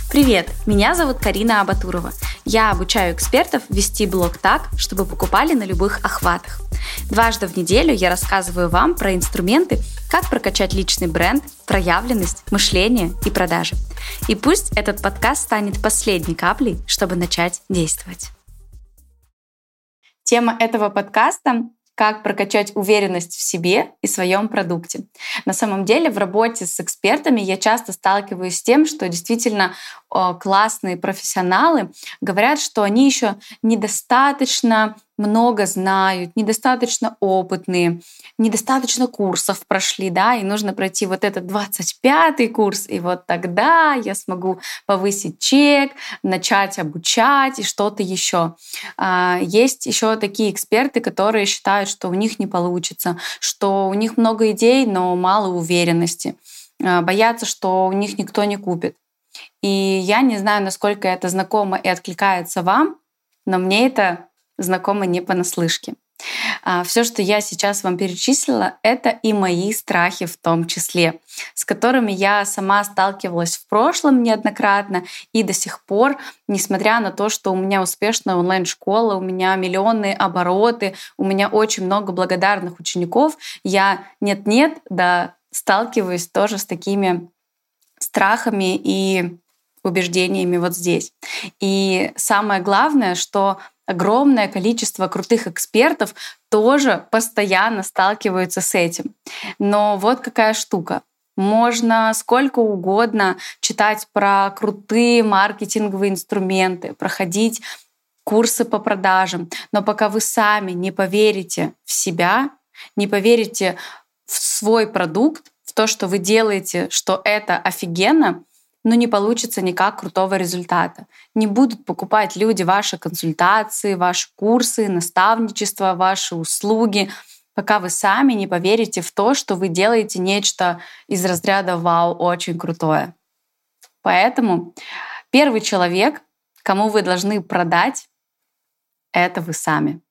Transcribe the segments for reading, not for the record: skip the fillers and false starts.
Привет, меня зовут Карина Абатурова. Я обучаю экспертов вести блог так, чтобы покупали на любых охватах. Дважды в неделю я рассказываю вам про инструменты, как прокачать личный бренд, проявленность, мышление и продажи. И пусть этот подкаст станет последней каплей, чтобы начать действовать. Тема этого подкаста — как прокачать уверенность в себе и своем продукте. На самом деле в работе с экспертами я часто сталкиваюсь с тем, что действительно классные профессионалы говорят, что они еще недостаточно много знают, недостаточно опытные, недостаточно курсов прошли, да, и нужно пройти вот этот 25-й курс, и вот тогда я смогу повысить чек, начать обучать и что-то еще. Есть еще такие эксперты, которые считают, что у них не получится, что у них много идей, но мало уверенности, боятся, что у них никто не купит. И я не знаю, насколько это знакомо и откликается вам, но мне это знакомо не понаслышке. Все, что я сейчас вам перечислила, это и мои страхи в том числе, с которыми я сама сталкивалась в прошлом неоднократно и до сих пор, несмотря на то, что у меня успешная онлайн-школа, у меня миллионные обороты, у меня очень много благодарных учеников, я нет-нет, да сталкиваюсь тоже с такими страхами и убеждениями вот здесь. И самое главное, что огромное количество крутых экспертов тоже постоянно сталкиваются с этим. Но вот какая штука. Можно сколько угодно читать про крутые маркетинговые инструменты, проходить курсы по продажам, но пока вы сами не поверите в себя, не поверите в свой продукт, в то, что вы делаете, что это офигенно, но не получится никак крутого результата. Не будут покупать люди ваши консультации, ваши курсы, наставничество, ваши услуги, пока вы сами не поверите в то, что вы делаете нечто из разряда «Вау, очень крутое». Поэтому первый человек, кому вы должны продать, это вы сами.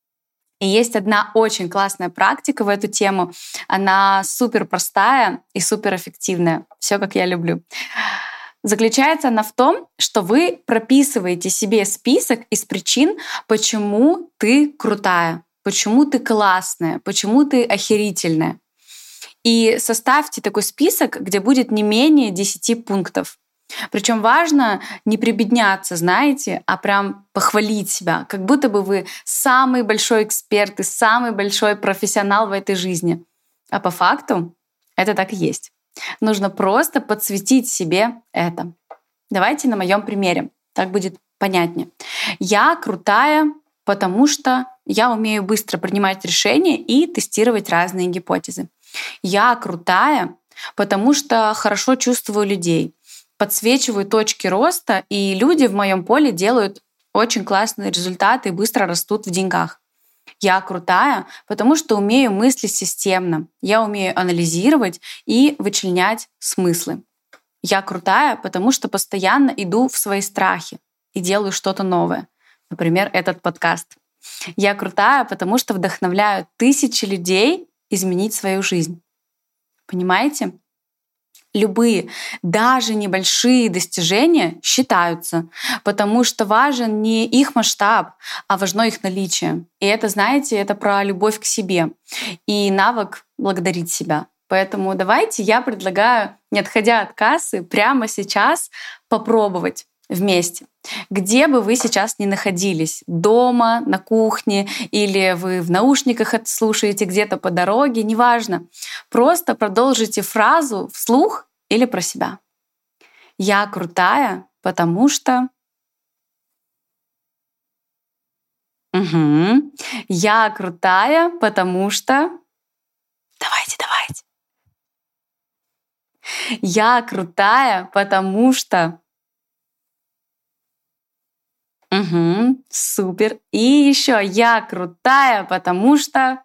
И есть одна очень классная практика в эту тему. Она супер простая и супер эффективная. Все, как я люблю. Заключается она в том, что вы прописываете себе список из причин, почему ты крутая, почему ты классная, почему ты охерительная. И составьте такой список, где будет не менее 10 пунктов. Причем важно не прибедняться, знаете, а прям похвалить себя, как будто бы вы самый большой эксперт и самый большой профессионал в этой жизни. А по факту это так и есть. Нужно просто подсветить себе это. Давайте на моем примере, так будет понятнее. Я крутая, потому что я умею быстро принимать решения и тестировать разные гипотезы. Я крутая, потому что хорошо чувствую людей, подсвечиваю точки роста, и люди в моем поле делают очень классные результаты и быстро растут в деньгах. Я крутая, потому что умею мыслить системно. Я умею анализировать и вычленять смыслы. Я крутая, потому что постоянно иду в свои страхи и делаю что-то новое. Например, этот подкаст. Я крутая, потому что вдохновляю тысячи людей изменить свою жизнь. Понимаете? Любые, даже небольшие достижения считаются, потому что важен не их масштаб, а важно их наличие. И это, знаете, это про любовь к себе и навык благодарить себя. Поэтому давайте я предлагаю, не отходя от кассы, прямо сейчас попробовать вместе. Где бы вы сейчас ни находились, дома, на кухне, или вы в наушниках это слушаете где-то по дороге, неважно. Просто продолжите фразу вслух или про себя. Я крутая, потому что... Я крутая, потому что... Давайте. Я крутая, потому что... Супер. И еще я крутая, потому что...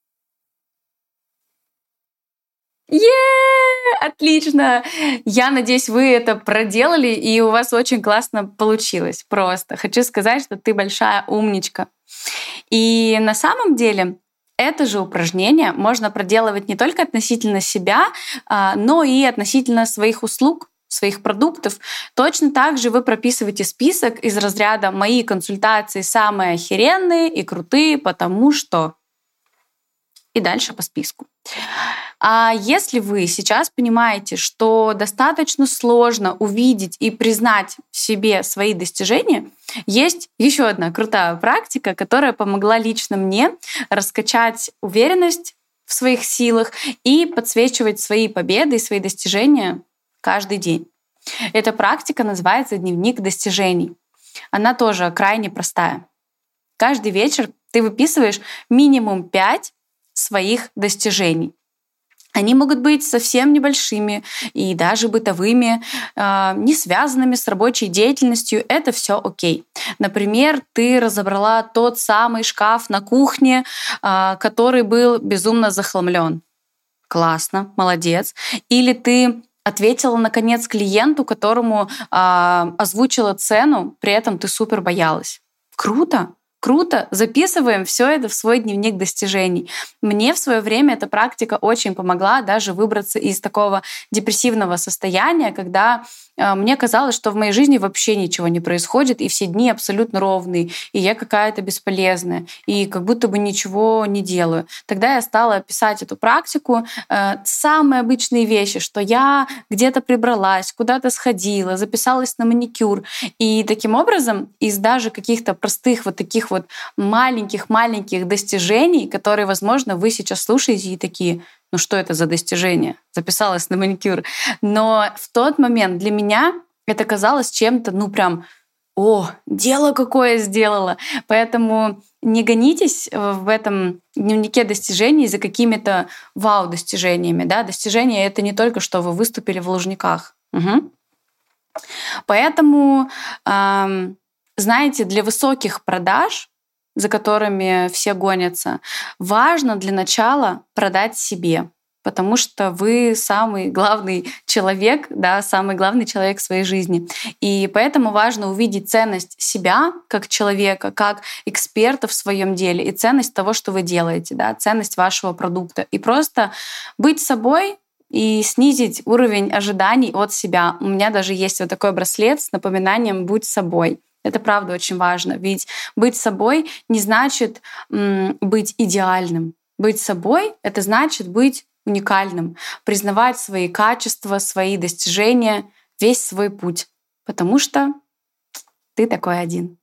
Отлично! Я надеюсь, вы это проделали, и у вас очень классно получилось. Просто хочу сказать, что ты большая умничка. И на самом деле это же упражнение можно проделывать не только относительно себя, но и относительно своих услуг. своих продуктов, точно так же вы прописываете список из разряда «Мои консультации самые охеренные и крутые, потому что…» и дальше по списку. А если вы сейчас понимаете, что достаточно сложно увидеть и признать в себе свои достижения, есть еще одна крутая практика, которая помогла лично мне раскачать уверенность в своих силах и подсвечивать свои победы и свои достижения каждый день. Эта практика называется «Дневник достижений». Она тоже крайне простая. Каждый вечер ты выписываешь минимум 5 своих достижений. Они могут быть совсем небольшими и даже бытовыми, не связанными с рабочей деятельностью. Это все окей. Например, ты разобрала тот самый шкаф на кухне, который был безумно захламлен. Классно, молодец. Или ты ответила, наконец, клиенту, которому озвучила цену, при этом ты супер боялась. Круто! Круто, записываем все это в свой дневник достижений. Мне в свое время эта практика очень помогла даже выбраться из такого депрессивного состояния, когда мне казалось, что в моей жизни вообще ничего не происходит, и все дни абсолютно ровные, и я какая-то бесполезная, и как будто бы ничего не делаю. Тогда я стала писать эту практику. Самые обычные вещи, что я где-то прибралась, куда-то сходила, записалась на маникюр. И таким образом из даже каких-то простых вот таких вот маленьких достижений, которые, возможно, вы сейчас слушаете и такие: ну что это за достижение? Записалась на маникюр. Но в тот момент для меня это казалось чем-то, ну прям, дело какое сделала. Поэтому не гонитесь в этом дневнике достижений за какими-то вау-достижениями. Да? Достижения — это не только что вы выступили в Лужниках. Угу. Поэтому, знаете, для высоких продаж, за которыми все гонятся, важно для начала продать себе, потому что вы самый главный человек, да, самый главный человек в своей жизни. И поэтому важно увидеть ценность себя как человека, как эксперта в своем деле, и ценность того, что вы делаете, да, ценность вашего продукта. И просто быть собой и снизить уровень ожиданий от себя. У меня даже есть вот такой браслет с напоминанием «Будь собой». Это правда очень важно, ведь быть собой не значит быть идеальным. Быть собой — это значит быть уникальным, признавать свои качества, свои достижения, весь свой путь, потому что ты такой один.